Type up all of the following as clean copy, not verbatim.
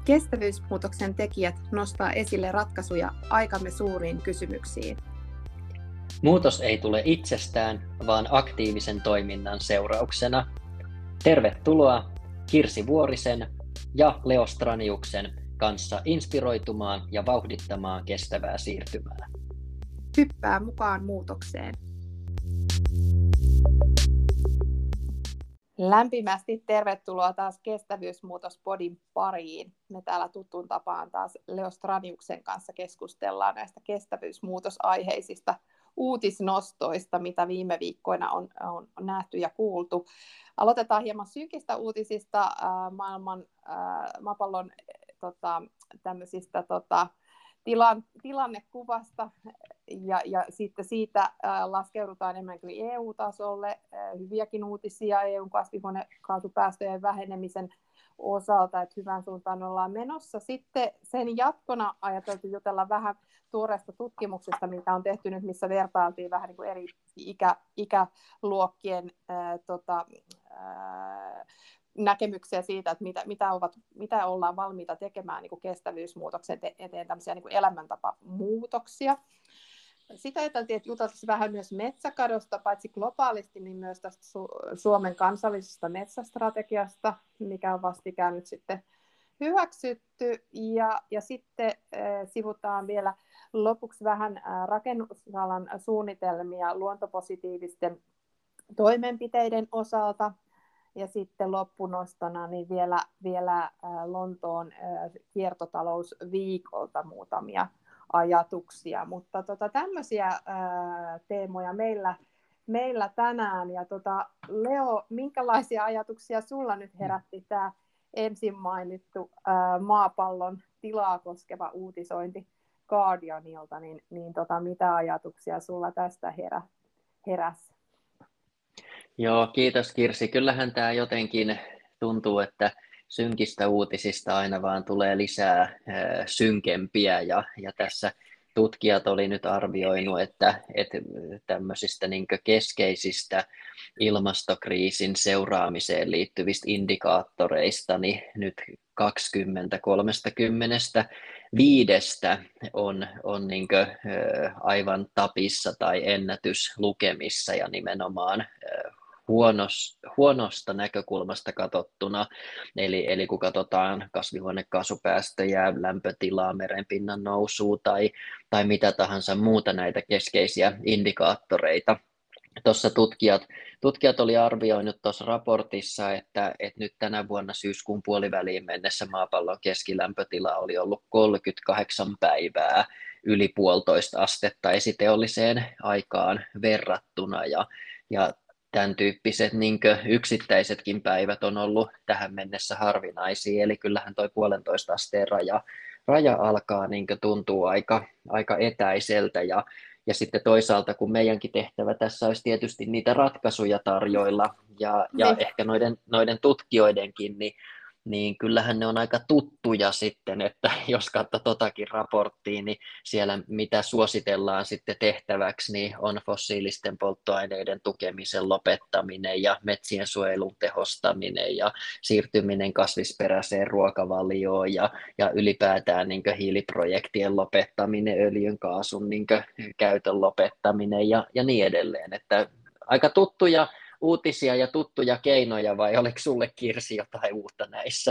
Kestävyysmuutoksen tekijät nostaa esille ratkaisuja aikamme suuriin kysymyksiin. Muutos ei tule itsestään, vaan aktiivisen toiminnan seurauksena. Tervetuloa Kirsi Vuorisen ja Leo Straniuksen kanssa inspiroitumaan ja vauhdittamaan kestävää siirtymää. Hyppää mukaan muutokseen. Lämpimästi tervetuloa taas Kestävyysmuutospodin pariin. Me täällä tuttuun tapaan taas Leo Straniuksen kanssa keskustellaan näistä kestävyysmuutosaiheisista uutisnostoista, mitä viime viikkoina on nähty ja kuultu. Aloitetaan hieman synkistä uutisista maapallon tämmöisistä tilannekuvasta ja sitten siitä laskeudutaan enemmänkin EU-tasolle. Hyviäkin uutisia EUn kasvihuonekaasupäästöjen vähenemisen osalta, että hyvän suuntaan ollaan menossa. Sitten sen jatkona ajateltiin jutella vähän tuoreesta tutkimuksesta, mikä on tehty nyt, missä vertailtiin vähän niin kuin eri ikäluokkien näkemyksiä siitä, että mitä ollaan valmiita tekemään niin kuin kestävyysmuutoksen eteen, tämmöisiä niin kuin elämäntapamuutoksia. Sitä ajateltiin, että juteltaisiin vähän myös metsäkadosta, paitsi globaalisti, niin myös tästä Suomen kansallisesta metsästrategiasta, mikä on vastikään nyt sitten hyväksytty. Ja sitten sivutaan vielä lopuksi vähän rakennusalan suunnitelmia luontopositiivisten toimenpiteiden osalta. Ja sitten loppunostona niin vielä Lontoon kiertotalousviikolta muutamia ajatuksia. Mutta tämmöisiä teemoja meillä tänään. Ja Leo, minkälaisia ajatuksia sulla nyt herätti tämä ensin mainittu maapallon tilaa koskeva uutisointi Guardianilta, niin mitä ajatuksia sulla tästä heräsi? Joo, kiitos Kirsi. Kyllähän tämä jotenkin tuntuu, että synkistä uutisista aina vaan tulee lisää synkempiä ja tässä tutkijat oli nyt arvioinut, että tämmöisistä niin keskeisistä ilmastokriisin seuraamiseen liittyvistä indikaattoreista niin nyt 20-35 on niin aivan tapissa tai ennätyslukemissa ja nimenomaan huonosta näkökulmasta katsottuna, eli kun katsotaan kasvihuonekaasupäästöjä, lämpötilaa, merenpinnan nousua tai mitä tahansa muuta näitä keskeisiä indikaattoreita. Tuossa tutkijat oli arvioinut tuossa raportissa, että nyt tänä vuonna syyskuun puoliväliin mennessä maapallon keskilämpötila oli ollut 38 päivää yli 1,5 astetta esiteolliseen aikaan verrattuna ja tämän tyyppiset niin yksittäisetkin päivät on ollut tähän mennessä harvinaisia, eli kyllähän toi 1,5 asteen raja alkaa niin tuntua aika etäiseltä ja sitten toisaalta, kun meidänkin tehtävä tässä olisi tietysti niitä ratkaisuja tarjoilla ja ehkä noiden tutkijoidenkin, niin kyllähän ne on aika tuttuja sitten, että jos katsoo totakin raporttia, niin siellä mitä suositellaan sitten tehtäväksi, niin on fossiilisten polttoaineiden tukemisen lopettaminen ja metsien suojelun tehostaminen ja siirtyminen kasvisperäiseen ruokavalioon ja ylipäätään niin hiiliprojektien lopettaminen, öljyn, kaasun niin käytön lopettaminen ja niin edelleen, että aika tuttuja uutisia ja tuttuja keinoja, vai oliko sulle Kirsi jotain uutta näissä?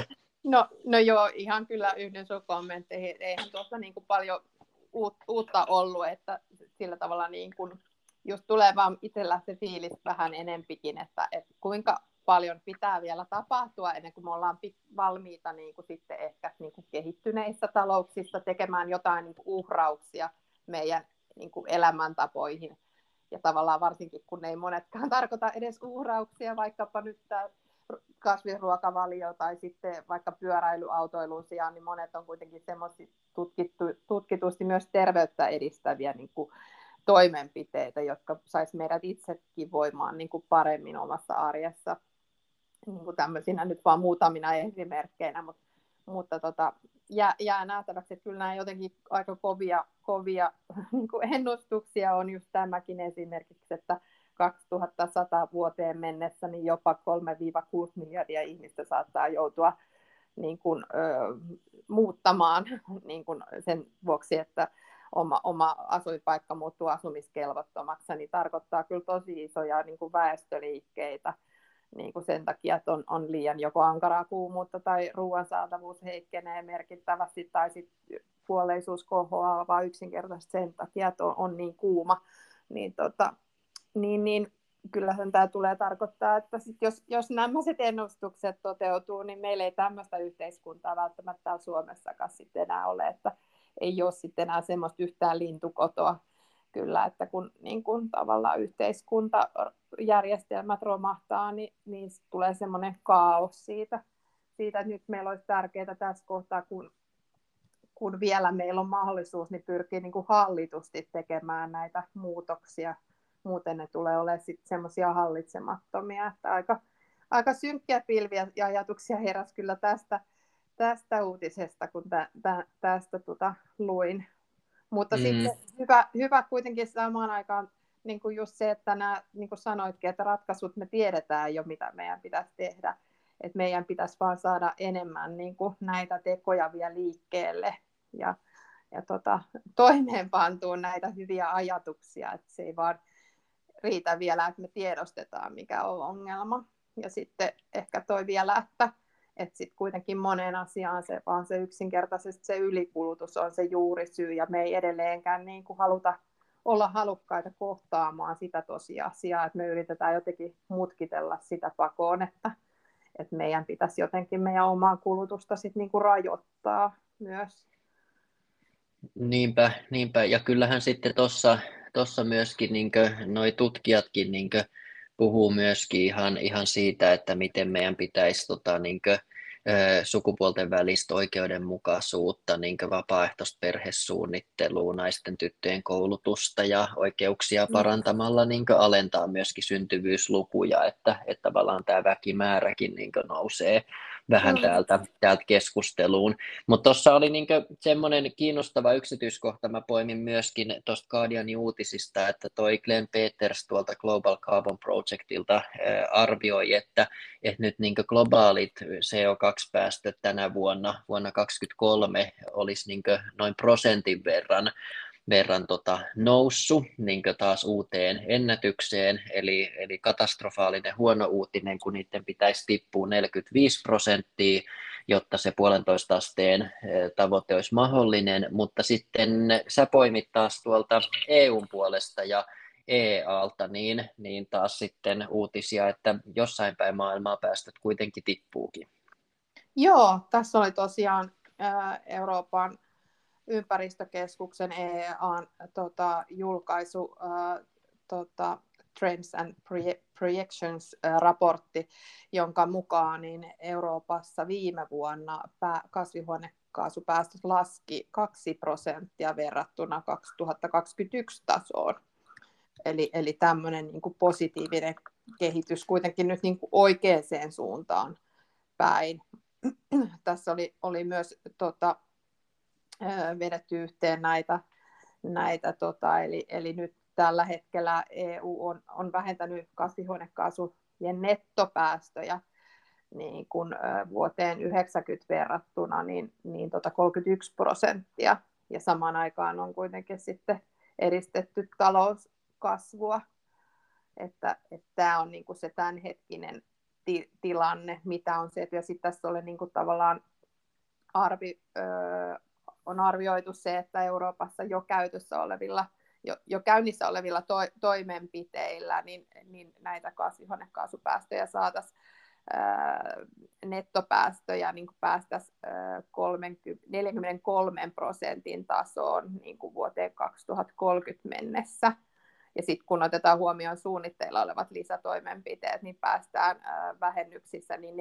No joo, ihan kyllä yhdyn sun kommentteihin. Eihän tuossa niin kuin paljon uutta ollut, että sillä tavalla niin kuin just tulee vaan itsellä se fiilis vähän enempikin, että kuinka paljon pitää vielä tapahtua ennen kuin me ollaan valmiita niin kuin sitten ehkä niin kuin kehittyneissä talouksissa tekemään jotain niin kuin uhrauksia meidän niin kuin elämäntapoihin. Ja tavallaan varsinkin, kun ei monetkaan tarkoita edes uhrauksia, vaikkapa nyt tämä kasvisruokavalio tai sitten vaikka pyöräilyautoilun sijaan, niin monet on kuitenkin semmoisia tutkitusti myös terveyttä edistäviä niin kuin toimenpiteitä, jotka sais meidät itsekin voimaan niin kuin paremmin omassa arjessa. Niin kuin tämmöisinä nyt vaan muutamina esimerkkeinä, mutta jää nähtäväksi, että kyllä nämä jotenkin aika kovia niin kuin ennustuksia on just tämäkin esimerkiksi, että 2100 vuoteen mennessä niin jopa 3-6 miljardia ihmistä saattaa joutua niin kuin, muuttamaan niin kuin sen vuoksi, että oma asuinpaikka muuttuu asumiskelvottomaksi, niin tarkoittaa kyllä tosi isoja niin kuin väestöliikkeitä niin kuin sen takia, että on liian joko ankaraa kuumuutta tai ruoan saatavuus heikkenee merkittävästi tai sitten kuolleisuus kohoaa, vaan yksinkertaisesti sen takia, että on niin kuuma. Niin kyllähän tämä tulee tarkoittaa, että sit jos nämä ennustukset toteutuu, niin meillä ei tämmöistä yhteiskuntaa välttämättä täällä Suomessakaan sitten enää ole, että ei ole sitten enää semmoista yhtään lintukotoa kyllä, että kun niin kun tavallaan yhteiskuntajärjestelmät romahtaa, niin tulee semmoinen kaos siitä, että nyt meillä olisi tärkeää tässä kohtaa, kun vielä meillä on mahdollisuus, niin pyrkii niin kuin hallitusti tekemään näitä muutoksia. Muuten ne tulee olemaan sitten semmoisia hallitsemattomia, että aika synkkiä pilviä ja ajatuksia heräsi kyllä tästä uutisesta, kun tästä luin. Mutta sitten hyvä kuitenkin samaan aikaan niin kuin just se, että nämä, niin kuin sanoitkin, että ratkaisut me tiedetään jo, mitä meidän pitäisi tehdä. Että meidän pitäisi vaan saada enemmän niin kuin näitä tekoja vielä liikkeelle ja toimeenpantua näitä hyviä ajatuksia. Että se ei vaan riitä vielä, että me tiedostetaan, mikä on ongelma. Ja sitten ehkä toi vielä, että sitten kuitenkin moneen asiaan vaan se yksinkertaisesti se ylikulutus on se juurisyy, ja me ei edelleenkään niin kuin haluta olla halukkaita kohtaamaan sitä tosiasiaa, että me yritetään jotenkin mutkitella sitä pakoon, että meidän pitäisi jotenkin meidän omaa kulutusta sit niin kuin rajoittaa myös. Niinpä. Ja kyllähän sitten tuossa myöskin noi tutkijatkin puhuu myöskin ihan siitä, että miten meidän pitäisi sukupuolten välistä oikeudenmukaisuutta, vapaaehtoista perhesuunnittelua, naisten tyttöjen koulutusta ja oikeuksia parantamalla alentaa myöskin syntyvyyslukuja, että tavallaan tämä väkimääräkin nousee vähän täältä keskusteluun. Mutta tuossa oli semmoinen kiinnostava yksityiskohta, mä poimin myöskin tuosta Guardianin uutisista, että toi Glenn Peters tuolta Global Carbon Projectilta arvioi, että nyt globaalit CO2-päästöt tänä vuonna 2023 olisi noin prosentin verran noussut taas uuteen ennätykseen, eli katastrofaalinen huono uutinen, kun niiden pitäisi tippua 45%, jotta se 1,5 asteen tavoite olisi mahdollinen, mutta sitten sä poimit taas tuolta EUn puolesta ja EAlta, niin taas sitten uutisia, että jossain päin maailmaa päästöt kuitenkin tippuukin. Joo, tässä oli tosiaan Euroopan ympäristökeskuksen EA:n julkaisu Trends and Projections-raportti, jonka mukaan niin Euroopassa viime vuonna kasvihuonekaasupäästöt laski 2% verrattuna 2021 tasoon. Eli tämmöinen niin kuin positiivinen kehitys kuitenkin nyt niin kuin oikeaan suuntaan päin. Tässä oli myös vedetty yhteen näitä eli nyt tällä hetkellä EU on vähentänyt kasvihuonekaasujen nettopäästöjä niin kuin vuoteen 90 verrattuna niin 31%, ja samaan aikaan on kuitenkin sitten edistetty talouskasvua, että tämä on niin kuin se tämänhetkinen tilanne, mitä on se, ja sitten tässä oli niin kuin tavallaan on arvioitu se, että Euroopassa jo käytössä olevilla, jo käynnissä olevilla toimenpiteillä niin näitä kasvihuonekaasupäästöjä saataisiin nettopäästöjä niin kuin päästäisiin 43% tasoon niin kuin vuoteen 2030 mennessä. Ja sitten kun otetaan huomioon suunnitteilla olevat lisätoimenpiteet, niin päästään vähennyksissä niin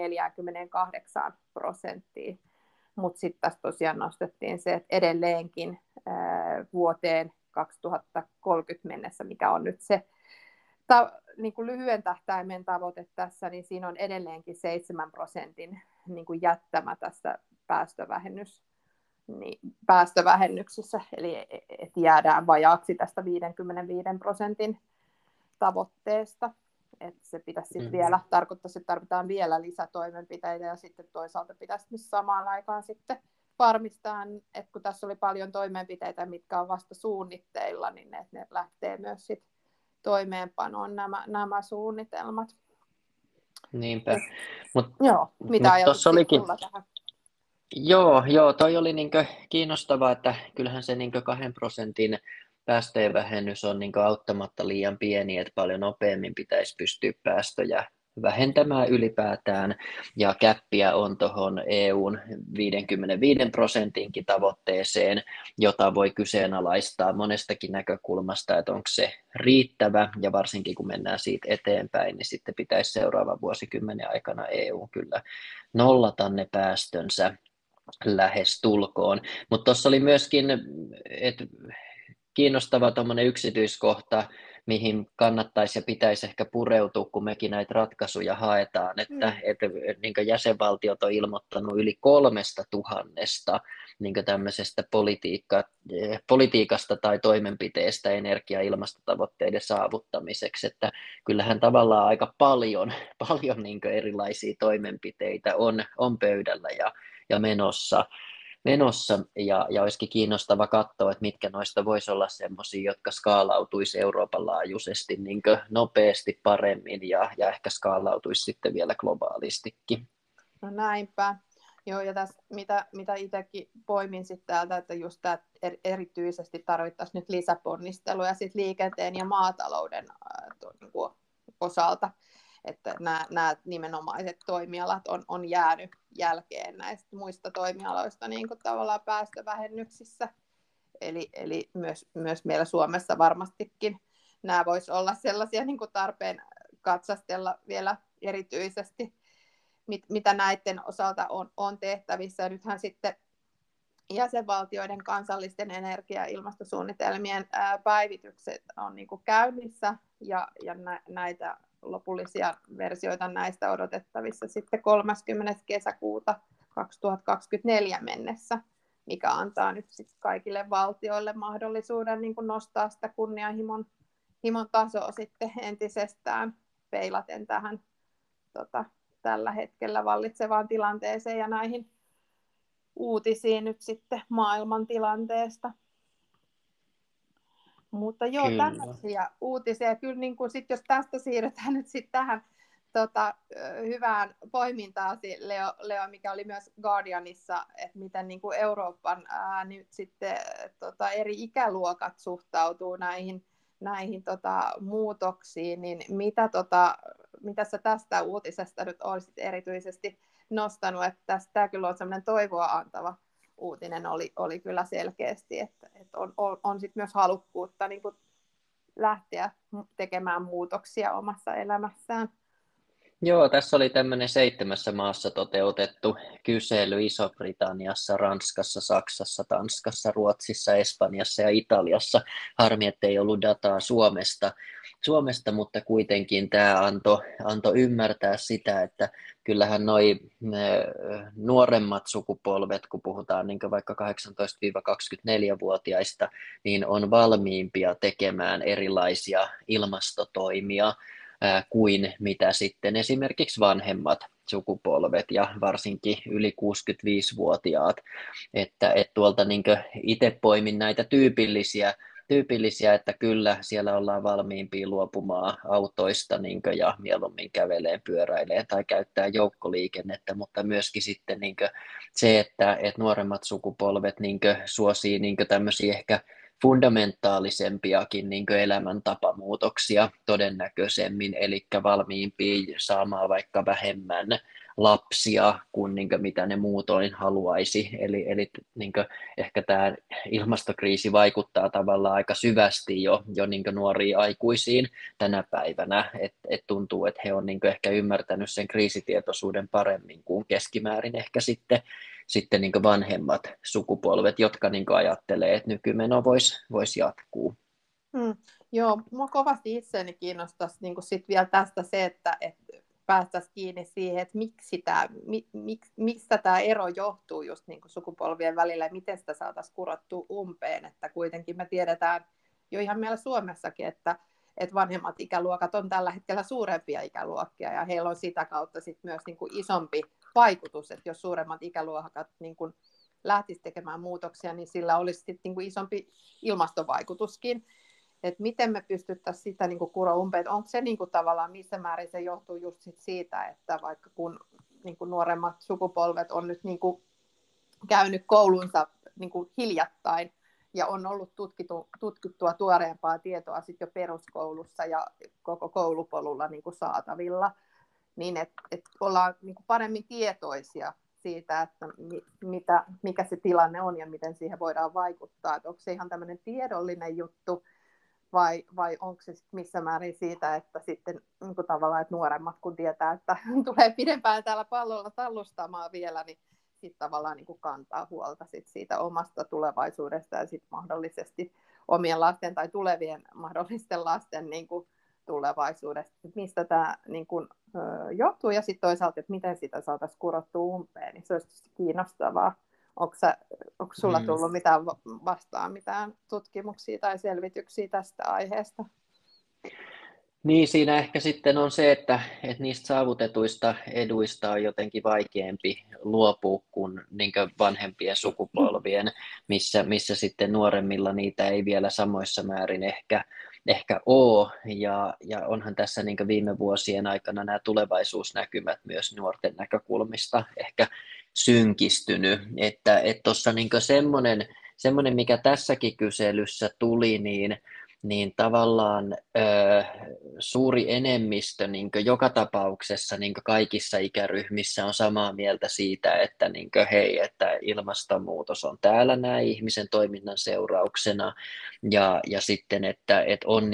48%. Mutta sitten tässä tosiaan nostettiin se, että edelleenkin vuoteen 2030 mennessä, mikä on nyt se niin kuin lyhyen tähtäimen tavoite tässä, niin siinä on edelleenkin 7% niin kuin jättämä tässä päästövähennyksissä, eli että jäädään vajaaksi tästä 55% tavoitteesta. että se pitäisi sitten vielä, tarkoittaisi, että tarvitaan vielä lisätoimenpiteitä ja sitten toisaalta pitäisi myös samaan aikaan sitten varmistaa, että kun tässä oli paljon toimenpiteitä, mitkä on vasta suunnitteilla, niin että ne lähtee myös sitten toimeenpanoon nämä suunnitelmat. Niinpä. Joo, mitä ajatuksia sulla tähän? Joo, toi oli niinkö kiinnostavaa, että kyllähän se niinkö 2% päästöjen vähennys on niinkö auttamatta liian pieni, että paljon nopeammin pitäisi pystyä päästöjä vähentämään ylipäätään, ja käppiä on tuohon EUn 55%:nkin tavoitteeseen, jota voi kyseenalaistaa monestakin näkökulmasta, että onko se riittävä, ja varsinkin kun mennään siitä eteenpäin, niin sitten pitäisi seuraavan vuosikymmenen aikana EU kyllä nollata ne päästönsä lähes tulkoon. Mutta tuossa oli myöskin kiinnostava tuommoinen yksityiskohta, mihin kannattaisi ja pitäisi ehkä pureutua, kun mekin näitä ratkaisuja haetaan, että niin kuin jäsenvaltiot on ilmoittanut yli 3000 niin kuin tämmöisestä politiikasta tai toimenpiteestä energia- ja ilmastotavoitteiden saavuttamiseksi, että kyllähän tavallaan aika paljon niin kuin erilaisia toimenpiteitä on pöydällä ja menossa, ja olisikin kiinnostava katsoa, että mitkä noista voisi olla semmoisia, jotka skaalautuisi Euroopan laajuisesti niin kuin nopeasti paremmin ja ehkä skaalautuisi sitten vielä globaalistikin. No näinpä. Joo, ja tässä, mitä itsekin poimin sitten täältä, että just tämä erityisesti tarvittaisiin nyt lisäponnisteluja sit liikenteen ja maatalouden osalta, että nämä nimenomaiset toimialat on jäänyt jälkeen näistä muista toimialoista niin kuin tavallaan päästövähennyksissä. Eli myös meillä Suomessa varmastikin nämä voisi olla sellaisia niin kuin tarpeen katsastella vielä erityisesti, mitä näiden osalta on tehtävissä. Ja nythän sitten jäsenvaltioiden kansallisten energia- ja ilmastosuunnitelmien päivitykset on niin kuin käynnissä, ja näitä lopullisia versioita näistä odotettavissa sitten 30. kesäkuuta 2024 mennessä, mikä antaa nyt sitten kaikille valtioille mahdollisuuden niin kuin nostaa sitä kunnianhimon tasoa sitten entisestään peilaten tähän tällä hetkellä vallitsevaan tilanteeseen ja näihin uutisiin nyt sitten maailman tilanteesta. Mutta joo, tällaisia uutisia. Kyllä niin kuin sit, jos tästä siirrytään nyt sitten tähän hyvään poimintaan, Leo, mikä oli myös Guardianissa, että miten niin kuin Euroopan nyt sitten eri ikäluokat suhtautuu näihin muutoksiin, niin mitä sä tästä uutisesta nyt olisit erityisesti nostanut, että tämä kyllä on sellainen toivoa antava uutinen oli kyllä selkeästi, että on sit myös halukkuutta niin kuin lähteä tekemään muutoksia omassa elämässään. Joo, tässä oli tämmöinen 7 maassa toteutettu kysely Iso-Britanniassa, Ranskassa, Saksassa, Tanskassa, Ruotsissa, Espanjassa ja Italiassa. Harmi, ettei ollut dataa Suomesta, mutta kuitenkin tämä antoi ymmärtää sitä, että kyllähän noi nuoremmat sukupolvet, kun puhutaan niin vaikka 18-24-vuotiaista, niin on valmiimpia tekemään erilaisia ilmastotoimia kuin mitä sitten esimerkiksi vanhemmat sukupolvet ja varsinkin yli 65-vuotiaat, että tuolta niin itse poimin näitä tyypillisiä, että kyllä siellä ollaan valmiimpia luopumaan autoista niin ja mieluummin kävelee, pyöräilee tai käyttää joukkoliikennettä, mutta myöskin sitten niin se, että nuoremmat sukupolvet niin suosii niin tämmöisiä ehkä fundamentaalisempiakin niin elämäntapamuutoksia todennäköisemmin, eli valmiimpia saamaan vaikka vähemmän lapsia kuin, mitä ne muutoin haluaisi. Eli niin ehkä tämä ilmastokriisi vaikuttaa tavallaan aika syvästi jo niin nuoriin aikuisiin tänä päivänä, että tuntuu, että he on niin ehkä ymmärtänyt sen kriisitietoisuuden paremmin kuin keskimäärin ehkä sitten niin vanhemmat sukupolvet, jotka niin ajattelee, että nykymeno voisi jatkuu. Joo, minua kovasti itseäni kiinnostaisi niin sit vielä tästä se, että päästäisiin kiinni siihen, että mistä tämä ero johtuu just niin sukupolvien välillä ja miten sitä saataisiin kurottua umpeen, että kuitenkin me tiedetään jo ihan meillä Suomessakin, että että vanhemmat ikäluokat on tällä hetkellä suurempia ikäluokkia ja heillä on sitä kautta sit myös niin kuin isompi vaikutus, että jos suuremmat ikäluokat niin kuin lähtisi tekemään muutoksia, niin sillä olisi sit niin kuin isompi ilmastovaikutuskin. Että miten me pystyttäisiin sitä niin kuin kuroa umpeen, että onko se niin kuin tavallaan, missä määrin se johtuu just siitä, että vaikka kun niin kuin nuoremmat sukupolvet on nyt niin kuin käynyt koulunsa niin kuin hiljattain ja on ollut tutkittua tuoreempaa tietoa sit jo peruskoulussa ja koko koulupolulla niin kuin saatavilla, niin että ollaan niin kuin paremmin tietoisia siitä, että mikä se tilanne on ja miten siihen voidaan vaikuttaa. Että onko se ihan tämmöinen tiedollinen juttu vai onko se missä määrin siitä, että sitten niin kuin tavallaan, että nuoremmat kun tietää, että tulee pidempään täällä pallolla tallustamaan vielä, niin sitten tavallaan niin kuin kantaa huolta siitä omasta tulevaisuudesta ja sitten mahdollisesti omien lasten tai tulevien mahdollisten lasten niin kuin tulevaisuudesta, mistä tämä niin kuin, johtuu ja sitten toisaalta, että miten sitä saataisiin kurottua umpeen, niin se olisi kiinnostavaa. Onko sulla tullut mitään vastaan, mitään tutkimuksia tai selvityksiä tästä aiheesta? Niin, siinä ehkä sitten on se, että niistä saavutetuista eduista on jotenkin vaikeampi luopua kuin, vanhempien sukupolvien, missä sitten nuoremmilla niitä ei vielä samoissa määrin ehkä ole. Ja onhan tässä viime vuosien aikana nämä tulevaisuusnäkymät myös nuorten näkökulmista ehkä synkistynyt. Että tuossa semmoinen, mikä tässäkin kyselyssä tuli, niin tavallaan suuri enemmistö joka tapauksessa kaikissa ikäryhmissä on samaa mieltä siitä, että hei, että ilmastonmuutos on täällä näin ihmisen toiminnan seurauksena ja sitten, että on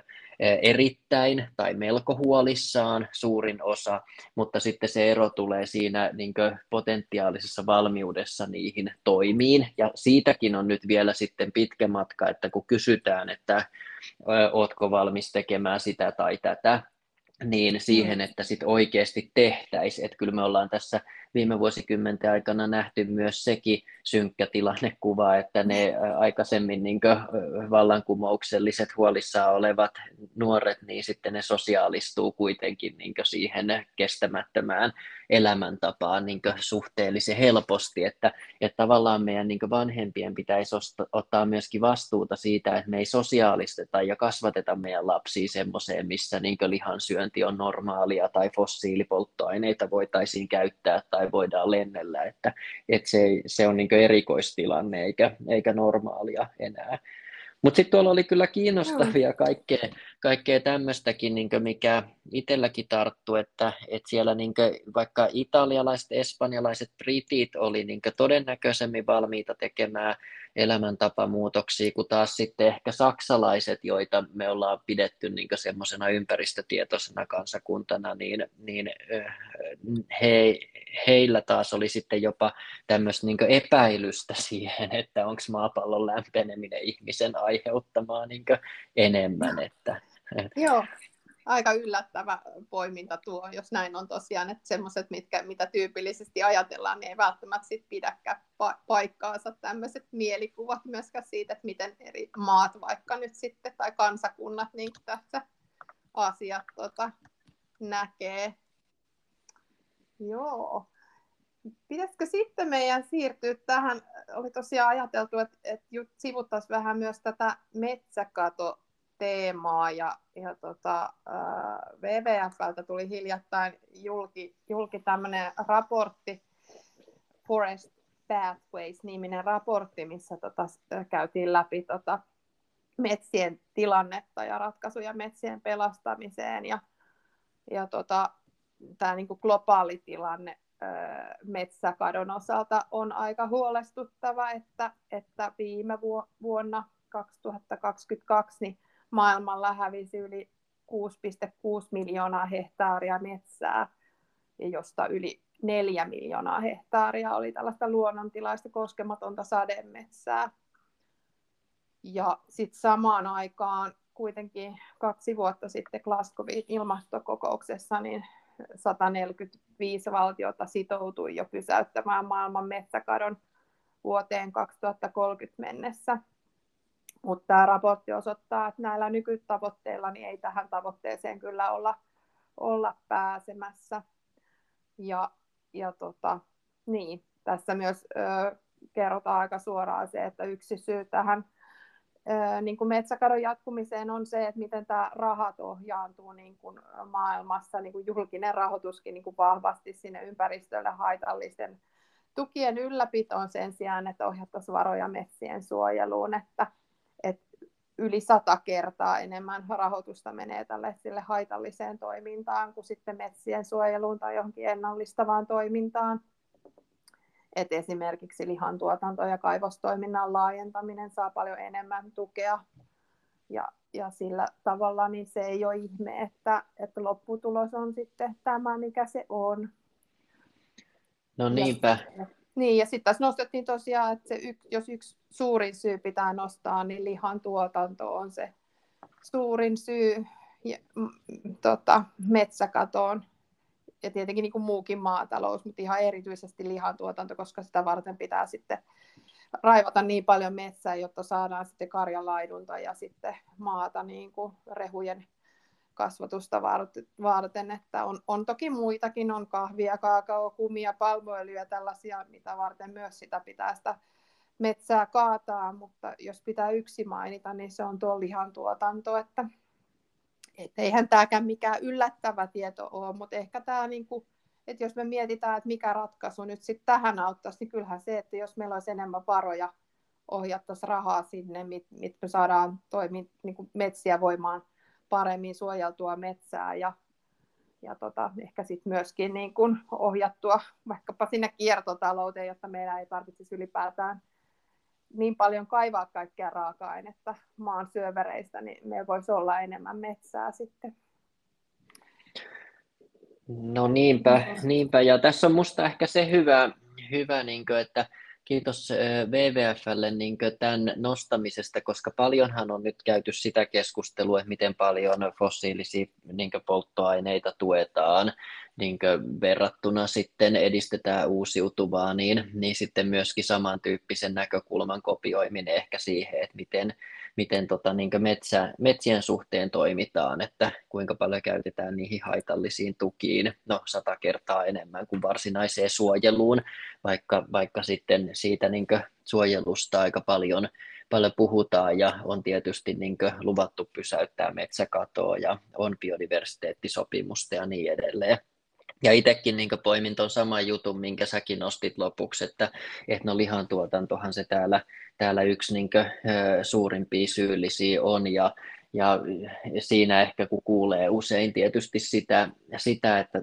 erittäin tai melko huolissaan suurin osa, mutta sitten se ero tulee siinä potentiaalisessa valmiudessa niihin toimiin, ja siitäkin on nyt vielä sitten pitkä matka, että kun kysytään, että ootko valmis tekemään sitä tai tätä, niin siihen, että sitten oikeasti tehtäisiin. Että kyllä me ollaan tässä viime vuosikymmenten aikana nähty myös sekin synkkä tilannekuva, että ne aikaisemmin vallankumoukselliset huolissaan olevat nuoret, niin sitten ne sosiaalistuu kuitenkin siihen kestämättömään elämäntapaan suhteellisen helposti, että tavallaan meidän vanhempien pitäisi ottaa myöskin vastuuta siitä, että me ei sosiaalisteta ja kasvateta meidän lapsia semmoiseen, missä lihansyönti on normaalia tai fossiilipolttoaineita voitaisiin käyttää tai voidaan lennellä, että se on erikoistilanne eikä normaalia enää. Mutta sitten tuolla oli kyllä kiinnostavia kaikkea tämmöistäkin, mikä itselläkin tarttui, että siellä vaikka italialaiset, espanjalaiset, britit oli todennäköisemmin valmiita tekemään elämäntapamuutoksia, kun taas sitten ehkä saksalaiset, joita me ollaan pidetty semmoisena ympäristötietoisena kansakuntana, niin heillä taas oli sitten jopa tämmöistä epäilystä siihen, että onko maapallon lämpeneminen ihmisen aiheuttamaa enemmän. Joo, aika yllättävä poiminta tuo, jos näin on tosiaan, että semmoiset, mitä tyypillisesti ajatellaan, niin ei välttämättä sit pidäkään paikkaansa tämmöiset mielikuvat myöskään siitä, että miten eri maat vaikka nyt sitten, tai kansakunnat niin tässä asiat näkee. Joo. Pitäisikö sitten meidän siirtyä tähän, oli tosiaan ajateltu, että sivuttaisiin vähän myös tätä metsäkatoteemaa ja WWF:ltä tuli hiljattain julki tämmöinen raportti, Forest Pathways-niminen raportti, missä käytiin läpi metsien tilannetta ja ratkaisuja metsien pelastamiseen ja tämä niin kuin globaali tilanne metsäkadon osalta on aika huolestuttava, että viime vuonna 2022 niin maailmalla hävisi yli 6,6 miljoonaa hehtaaria metsää, ja josta yli 4 miljoonaa hehtaaria oli tällaista luonnontilaista koskematonta sademetsää. Ja sitten samaan aikaan kuitenkin 2 vuotta sitten Glasgowin ilmastokokouksessa niin 145 valtiota sitoutui jo pysäyttämään maailman metsäkadon vuoteen 2030 mennessä. Mutta tämä raportti osoittaa, että näillä nykytavoitteilla niin ei tähän tavoitteeseen kyllä olla pääsemässä. Niin, tässä myös kerrotaan aika suoraan se, että yksi syy tähän niin kuin metsäkadon jatkumiseen on se, että miten tämä rahat ohjaantuu niin kuin maailmassa, niin kuin julkinen rahoituskin niin kuin vahvasti sinne ympäristölle haitallisten tukien ylläpitoon sen sijaan, että ohjattaisiin varoja metsien suojeluun, että yli 100 kertaa enemmän rahoitusta menee sille haitalliseen toimintaan kuin sitten metsien suojeluun tai johonkin ennallistavaan toimintaan. Et esimerkiksi lihantuotanto ja kaivostoiminnan laajentaminen saa paljon enemmän tukea. Ja sillä tavalla niin se ei ole ihme, että lopputulos on sitten tämä, mikä se on. No niinpä. Niin, ja sitten tässä nostettiin tosiaan, että jos yksi suurin syy pitää nostaa, niin lihantuotanto on se suurin syy metsäkatoon. Ja tietenkin niin kuin muukin maatalous, mutta ihan erityisesti lihantuotanto, koska sitä varten pitää sitten raivata niin paljon metsää, jotta saadaan sitten karjanlaidunta ja sitten maata niin kuin rehujen kasvatusta varten, että on toki muitakin, on kahvia, kaakao, kumia, palmuöljyä, tällaisia, mitä varten myös sitä pitää sitä metsää kaataa, mutta jos pitää yksi mainita, niin se on tuo lihantuotanto, että eihän tämäkään mikään yllättävä tieto ole, mutta ehkä tämä, niin kuin, että jos me mietitään, että mikä ratkaisu nyt sitten tähän auttaisi, niin kyllähän se, että jos meillä olisi enemmän varoja, ohjattaisiin rahaa sinne, mitä me saadaan niin kuin metsiä voimaan paremmin suojeltua metsää ja ehkä sitten myöskin niin kuin ohjattua vaikkapa sinne kiertotalouteen, jotta meidän ei tarvitsisi ylipäätään niin paljon kaivaa kaikkea raaka-ainetta maan syövereistä, niin meillä voisi olla enemmän metsää sitten. No niinpä. Ja tässä on musta ehkä se hyvä niin kuin, että kiitos WWFlle niin kuin tämän nostamisesta, koska paljonhan on nyt käyty sitä keskustelua, että miten paljon fossiilisia niin kuin polttoaineita tuetaan niin kuin verrattuna sitten edistetään uusiutuvaa, niin sitten myöskin samantyyppisen näkökulman kopioiminen ehkä siihen, että miten niin kuin metsien suhteen toimitaan, että kuinka paljon käytetään niihin haitallisiin tukiin, 100 kertaa enemmän kuin varsinaiseen suojeluun, vaikka sitten siitä niin kuin suojelusta aika paljon puhutaan ja on tietysti niin kuin luvattu pysäyttää metsäkatoa ja on biodiversiteettisopimusta ja niin edelleen. Ja itsekin niin poimin tuon saman jutun, minkä säkin nostit lopuksi, että no lihantuotantohan se täällä yksi niin suurimpia syyllisiä on, ja siinä ehkä kun kuulee usein tietysti sitä että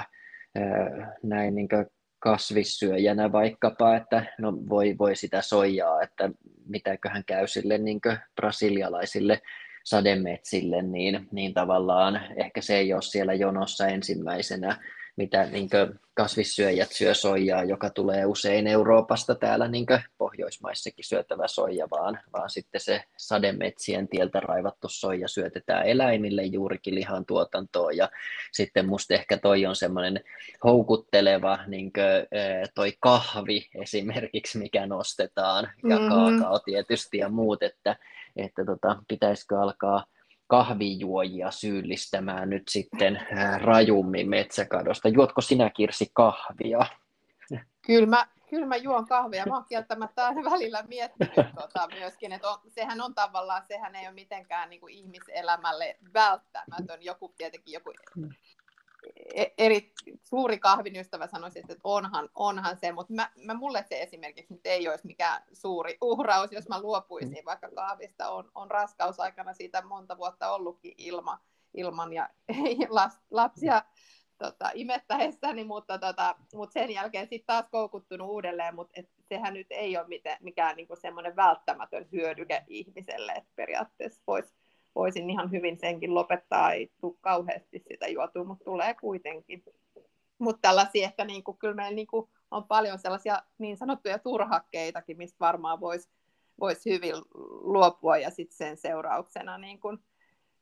näin niin kasvissyöjänä vaikkapa, että no voi sitä soijaa, että mitäköhän käy sille niin brasilialaisille sademetsille, niin tavallaan ehkä se ei ole siellä jonossa ensimmäisenä, mitä niin kasvissyöjät syö soijaa, joka tulee usein Euroopasta täällä niin Pohjoismaissakin syötävä soija, vaan sitten se sademetsien tieltä raivattu soija syötetään eläimille juurikin lihan tuotantoon, ja sitten musta ehkä toi on semmoinen houkutteleva niin toi kahvi esimerkiksi, mikä nostetaan, ja kaakao tietysti ja muut, että pitäisikö alkaa kahvijuojia syyllistämään nyt sitten rajummin metsäkadosta. Juotko sinä, Kirsi, kahvia? Kyllä mä juon kahvia. Mä oon kieltämättä aina välillä miettinyt myöskin, että sehän ei ole mitenkään niin kuin ihmiselämälle välttämätön. Tietenkin joku eri suuri kahvin ystävä sanoisi, että onhan se, mutta mulle se esimerkiksi nyt ei olisi mikään suuri uhraus, jos mä luopuisin vaikka kahvista. On raskausaikana siitä monta vuotta ollutkin ilman ja lapsia imettäessäni, mutta sen jälkeen sitten taas koukuttunut uudelleen, mutta sehän nyt ei ole mikään niinku semmoinen välttämätön hyödyke ihmiselle, että periaatteessa voisin ihan hyvin senkin lopettaa, ei tule kauheasti sitä juotua, mutta tulee kuitenkin. Mutta tällaisia ehkä kyllä meillä on paljon sellaisia niin sanottuja turhakkeitakin, mistä varmaan voisi hyvin luopua, ja sitten sen seurauksena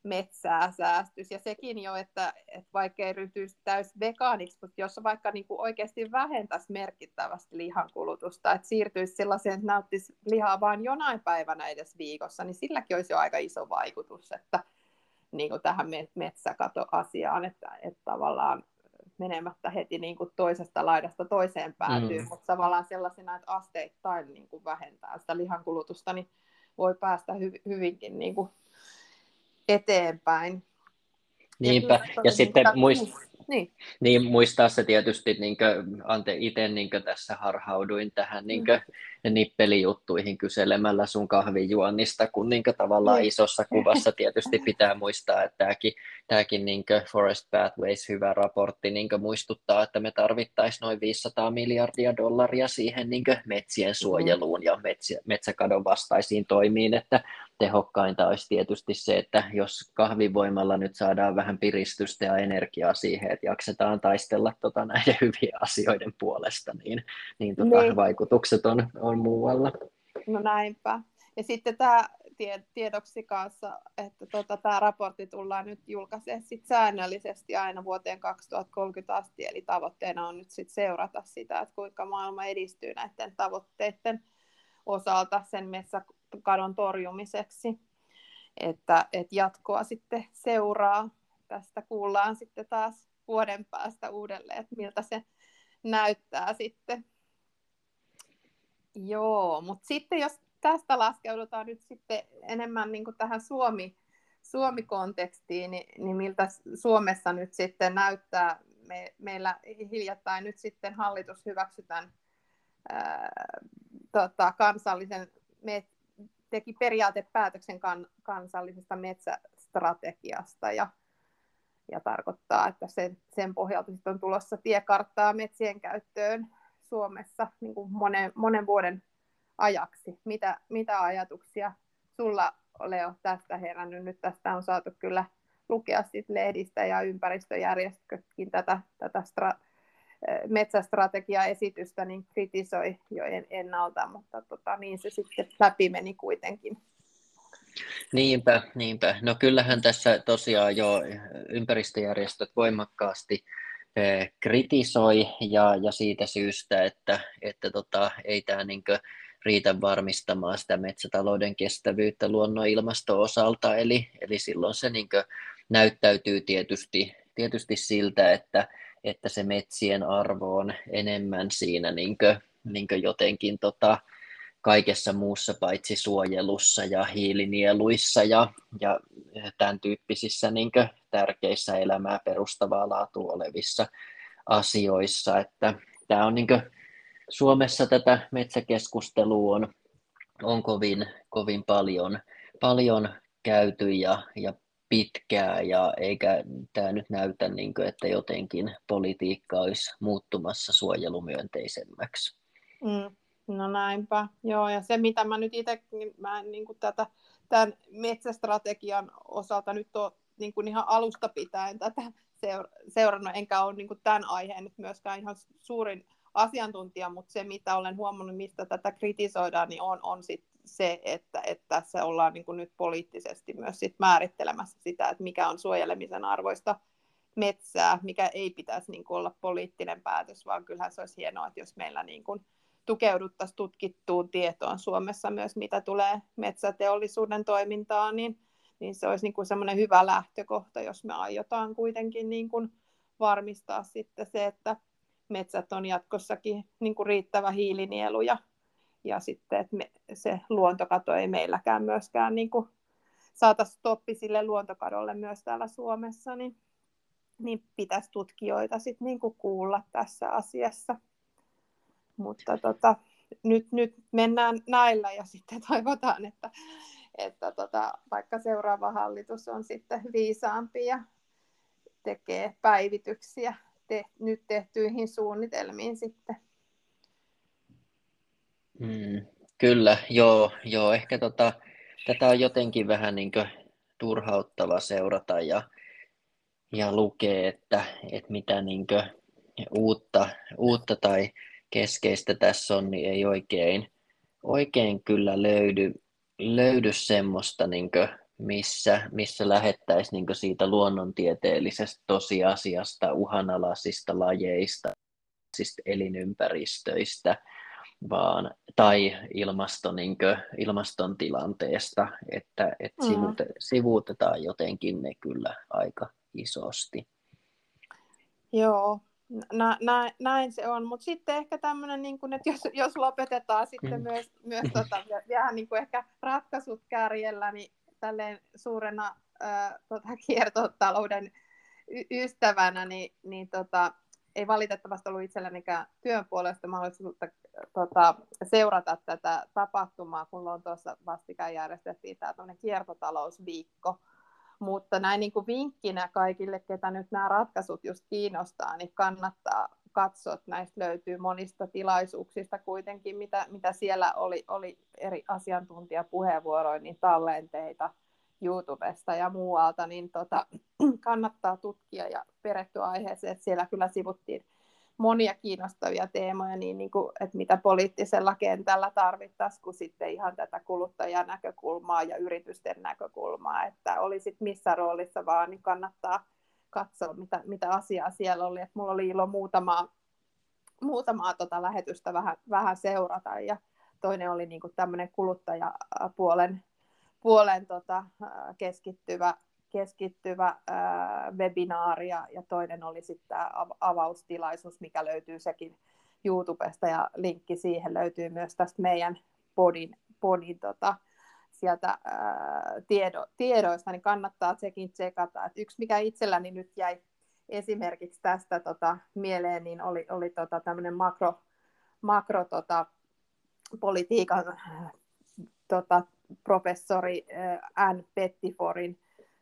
metsää säästyisi. Ja sekin jo, että vaikka ei ryhtyisi täys vegaaniksi, mutta jos vaikka niin kuin oikeasti vähentäisi merkittävästi lihankulutusta, että siirtyisi sellaiseen, että nauttisi lihaa vain jonain päivänä edes viikossa, niin silläkin olisi jo aika iso vaikutus, että niin kuin tähän metsäkatoasiaan, että tavallaan menemättä heti niin kuin toisesta laidasta toiseen päätyy, mutta tavallaan sellaisena, että asteittain niin kuin vähentää sitä lihankulutusta, niin voi päästä hyvinkin niin kuin eteenpäin. Niinpä, ja sitten niin. Niin, muistaa se tietysti, itse tässä harhauduin tähän nippelijuttuihin kyselemällä sun kahvijuonnista, kun tavallaan isossa kuvassa tietysti pitää muistaa, että tämäkin Forest Pathways hyvä raportti muistuttaa, että me tarvittaisiin noin $500 miljardia siihen metsien suojeluun ja metsäkadon vastaisiin toimiin, että tehokkainta olisi tietysti se, että jos kahvivoimalla nyt saadaan vähän piristystä ja energiaa siihen, että jaksetaan taistella näiden hyvien asioiden puolesta, niin. Vaikutukset on muualla. No näinpä. Ja sitten tämä tiedoksi kanssa, että tämä raportti tullaan nyt julkaisemaan sit säännöllisesti aina vuoteen 2030 asti, eli tavoitteena on nyt sit seurata sitä, että kuinka maailma edistyy näiden tavoitteiden osalta sen metsäkadon torjumiseksi, että jatkoa sitten seuraa. Tästä kuullaan sitten taas vuoden päästä uudelleen, että miltä se näyttää sitten. Joo, mutta sitten jos tästä laskeudutaan nyt sitten enemmän niin kuin tähän Suomi-kontekstiin, niin miltä Suomessa nyt sitten näyttää. Meillä hiljattain nyt sitten hallitus hyväksytään teki periaatepäätöksen kansallisesta metsästrategiasta ja tarkoittaa, että sen pohjalta sitten on tulossa tiekarttaa metsien käyttöön Suomessa niin kuin monen vuoden ajaksi. Mitä ajatuksia sulla, Leo, tästä herännyt? Nyt tästä on saatu kyllä lukea lehdistä ja ympäristöjärjestötkin tätä metsästrategiaesitystä niin kritisoi jo ennalta, mutta niin se sitten läpi meni kuitenkin. Niinpä. No kyllähän tässä tosiaan jo ympäristöjärjestöt voimakkaasti kritisoi ja siitä syystä, että ei tämä riitä varmistamaan sitä metsätalouden kestävyyttä luonnon ilmasto-osalta, eli silloin se näyttäytyy tietysti siltä, että se metsien arvo on enemmän siinä jotenkin kaikessa muussa paitsi suojelussa ja hiilinieluissa ja tämän tyyppisissä tärkeissä elämää perustavaa laatua olevissa asioissa, että tämä on Suomessa tätä metsäkeskustelua on kovin paljon käyty ja pitkää, ja eikä tämä nyt näytä, että jotenkin politiikka olisi muuttumassa suojelumyönteisemmäksi. No näinpä, joo, ja se mitä mä nyt itsekin, tämän metsästrategian osalta nyt on ihan alusta pitäen tätä seurannut, enkä ole tämän aiheen nyt myöskään ihan suurin asiantuntija, mutta se mitä olen huomannut, mistä tätä kritisoidaan, niin on sit se, että tässä ollaan nyt poliittisesti myös sit määrittelemässä sitä, että mikä on suojelemisen arvoista metsää, mikä ei pitäisi olla poliittinen päätös, vaan kyllähän se olisi hienoa, että jos meillä tukeuduttaisiin tutkittuun tietoon Suomessa myös, mitä tulee metsäteollisuuden toimintaan, niin se olisi semmoinen hyvä lähtökohta, jos me aiotaan kuitenkin varmistaa sitten se, että metsät on jatkossakin riittävä hiilinielu ja sitten, että se luontokato ei meilläkään myöskään saataisiin stoppi sille luontokadolle myös täällä Suomessa, niin pitäisi tutkijoita sitten kuulla tässä asiassa. Mutta nyt mennään näillä ja sitten toivotaan, että vaikka seuraava hallitus on sitten viisaampi ja tekee päivityksiä nyt tehtyihin suunnitelmiin sitten. Kyllä, joo, ehkä tätä on jotenkin vähän turhauttava seurata ja lukea, että mitä uutta tai keskeistä tässä on, niin ei oikein kyllä löydy semmoista missä lähettäisiin niin siitä luonnontieteellisestä tosiasiasta, uhanalaisista lajeista, siis elinympäristöistä, tai ilmaston tilanteesta, että sivuutetaan jotenkin ne kyllä aika isosti. Joo, näin se on, mutta sitten ehkä tämmöinen, niin että jos lopetetaan sitten myös vähän niin kuin ehkä ratkaisut kärjellä, niin tälleen suurena kiertotalouden ystävänä, niin ei valitettavasti ollut itsellänikään työn puolesta mahdollisuutta seurata tätä tapahtumaa, kun Lontoossa vastikään järjestettiin tämä kiertotalousviikko. Mutta näin niin kuin vinkkinä kaikille, ketä nyt nämä ratkaisut just kiinnostaa, niin kannattaa katsoa, että näistä löytyy monista tilaisuuksista kuitenkin, mitä siellä oli eri asiantuntijapuheenvuoroja, niin tallenteita YouTubesta ja muualta, niin kannattaa tutkia ja perehtyä aiheeseen, että siellä kyllä sivuttiin monia kiinnostavia teemoja, niin kuin, että mitä poliittisella kentällä tarvittaisiin, kuin sitten ihan tätä kuluttajan näkökulmaa ja yritysten näkökulmaa, että olisit missä roolissa vaan, niin kannattaa katsoa, mitä asiaa siellä oli. Että mulla oli ilo muutamaa lähetystä vähän seurata, ja toinen oli niin kuin tämmöinen kuluttajapuolen keskittyvä webinaari, ja toinen oli sitten tämä avaustilaisuus, mikä löytyy sekin YouTubesta, ja linkki siihen löytyy myös tästä meidän podin sieltä tiedoista, niin kannattaa sekin tsekata. Et yksi, mikä itselläni nyt jäi esimerkiksi tästä mieleen, niin oli tämmöinen makropolitiikan professori Ann Pettiforin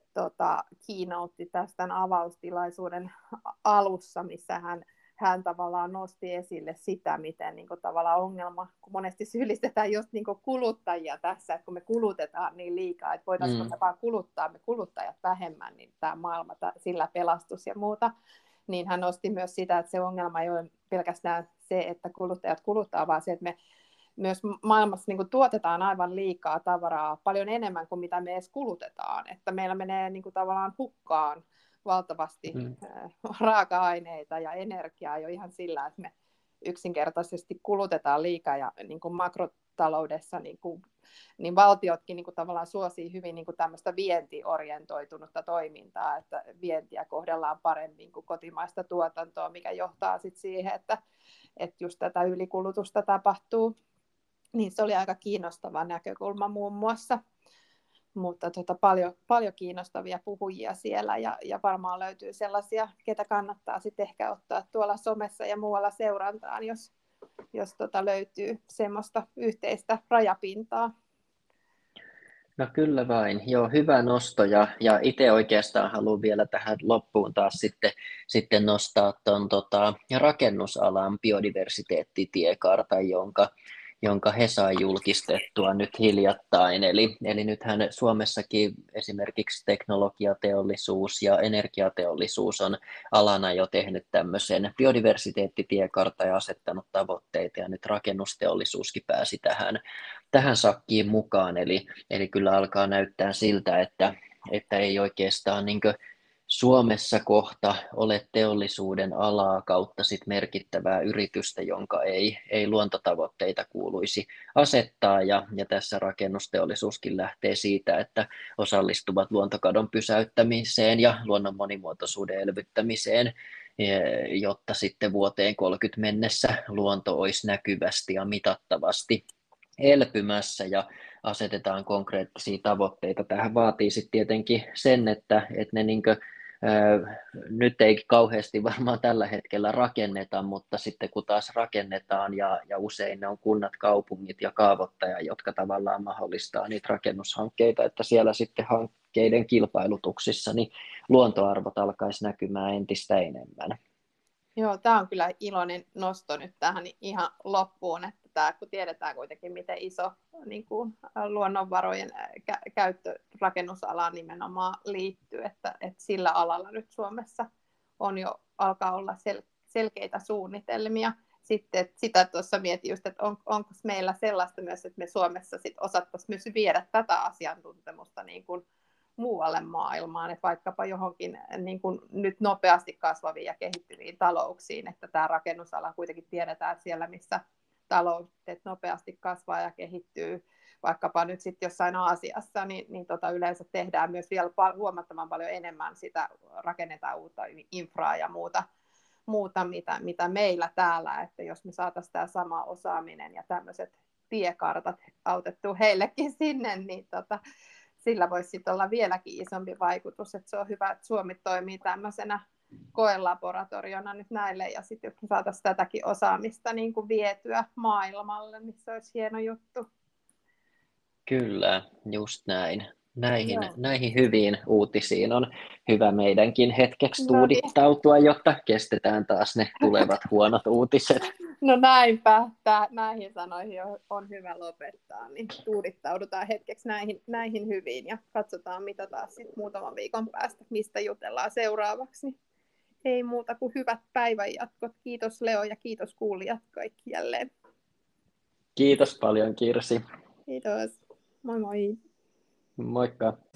keynote tästä tämän avaustilaisuuden alussa, missä hän tavallaan nosti esille sitä, miten niin kuin tavallaan ongelma, kun monesti syyllistetään just niin kuin kuluttajia tässä, että kun me kulutetaan niin liikaa, että voitaisiinko me vaan kuluttaa me kuluttajat vähemmän, niin tämä maailma sillä pelastus ja muuta, niin hän nosti myös sitä, että se ongelma ei ole pelkästään se, että kuluttajat kuluttaa, vaan se, että me myös maailmassa niin kuin tuotetaan aivan liikaa tavaraa, paljon enemmän kuin mitä me edes kulutetaan. Että meillä menee niin kuin tavallaan hukkaan valtavasti raaka-aineita ja energiaa jo ihan sillä, että me yksinkertaisesti kulutetaan liikaa, ja niin kuin makrotaloudessa niin valtiotkin niin kuin tavallaan suosii hyvin niin kuin tämmöistä vientiorientoitunutta toimintaa, että vientiä kohdellaan paremmin kuin kotimaista tuotantoa, mikä johtaa sitten siihen, että just tätä ylikulutusta tapahtuu. Niin se oli aika kiinnostava näkökulma muun muassa, mutta paljon kiinnostavia puhujia siellä, ja varmaan löytyy sellaisia, ketä kannattaa sitten ehkä ottaa tuolla somessa ja muualla seurantaan, jos löytyy semmoista yhteistä rajapintaa. No kyllä vain. Joo, hyvä nosto, ja itse oikeastaan haluan vielä tähän loppuun taas sitten nostaa tuon rakennusalan biodiversiteettitiekartan, jonka he sai julkistettua nyt hiljattain. Eli nythän Suomessakin esimerkiksi teknologiateollisuus ja energiateollisuus on alana jo tehnyt tämmöisen biodiversiteettitiekartan ja asettanut tavoitteita, ja nyt rakennusteollisuuskin pääsi tähän sakkiin mukaan. Eli kyllä alkaa näyttää siltä, että ei oikeastaan Suomessa kohta ole teollisuuden alaa kautta sit merkittävää yritystä, jonka ei luontotavoitteita kuuluisi asettaa, ja tässä rakennusteollisuuskin lähtee siitä, että osallistuvat luontokadon pysäyttämiseen ja luonnon monimuotoisuuden elvyttämiseen, jotta sitten vuoteen 30 mennessä luonto olisi näkyvästi ja mitattavasti elpymässä, ja asetetaan konkreettisia tavoitteita. Tähän vaatii sitten tietenkin sen, että ne nyt ei kauheasti varmaan tällä hetkellä rakenneta, mutta sitten kun taas rakennetaan, ja usein ne on kunnat, kaupungit ja kaavoittajat, jotka tavallaan mahdollistaa niitä rakennushankkeita, että siellä sitten hankkeiden kilpailutuksissa niin luontoarvot alkaisi näkymään entistä enemmän. Joo, tämä on kyllä iloinen nosto nyt tähän ihan loppuun, että kun tiedetään kuitenkin, miten iso niin kuin luonnonvarojen käyttö rakennusalaan nimenomaan liittyy, että sillä alalla nyt Suomessa alkaa olla selkeitä suunnitelmia. Sitten sitä tuossa mietin just, että onko meillä sellaista myös, että me Suomessa sit osattaisiin myös viedä tätä asiantuntemusta niin kuin muualle maailmaan, että vaikkapa johonkin niin kuin nyt nopeasti kasvaviin ja kehittyviin talouksiin, että tämä rakennusala kuitenkin tiedetään, että siellä missä taloudet nopeasti kasvaa ja kehittyy, vaikkapa nyt sitten jossain Aasiassa, niin yleensä tehdään myös vielä huomattavan paljon enemmän sitä, rakennetaan uutta infraa ja muuta mitä meillä täällä, että jos me saataisiin tämä sama osaaminen ja tämmöiset tiekartat autettua heillekin sinne, niin sillä voisi sitten olla vieläkin isompi vaikutus, että se on hyvä, että Suomi toimii tämmöisenä koelaboratoriona nyt näille, ja sitten jos me saataisiin tätäkin osaamista niin kuin vietyä maailmalle, niin se olisi hieno juttu. Kyllä, just näin. Joo. Näihin hyviin uutisiin on hyvä meidänkin hetkeksi No niin. tuudittautua, jotta kestetään taas ne tulevat huonot uutiset. No näinpä, näihin sanoihin on hyvä lopettaa, niin tuudittaudutaan hetkeksi näihin hyviin ja katsotaan mitä taas sit muutaman viikon päästä, mistä jutellaan seuraavaksi. Ei muuta kuin hyvät päivänjatkot. Kiitos Leo ja kiitos kuulijat kaikki jälleen. Kiitos paljon, Kirsi. Kiitos. Moi moi. Moikka.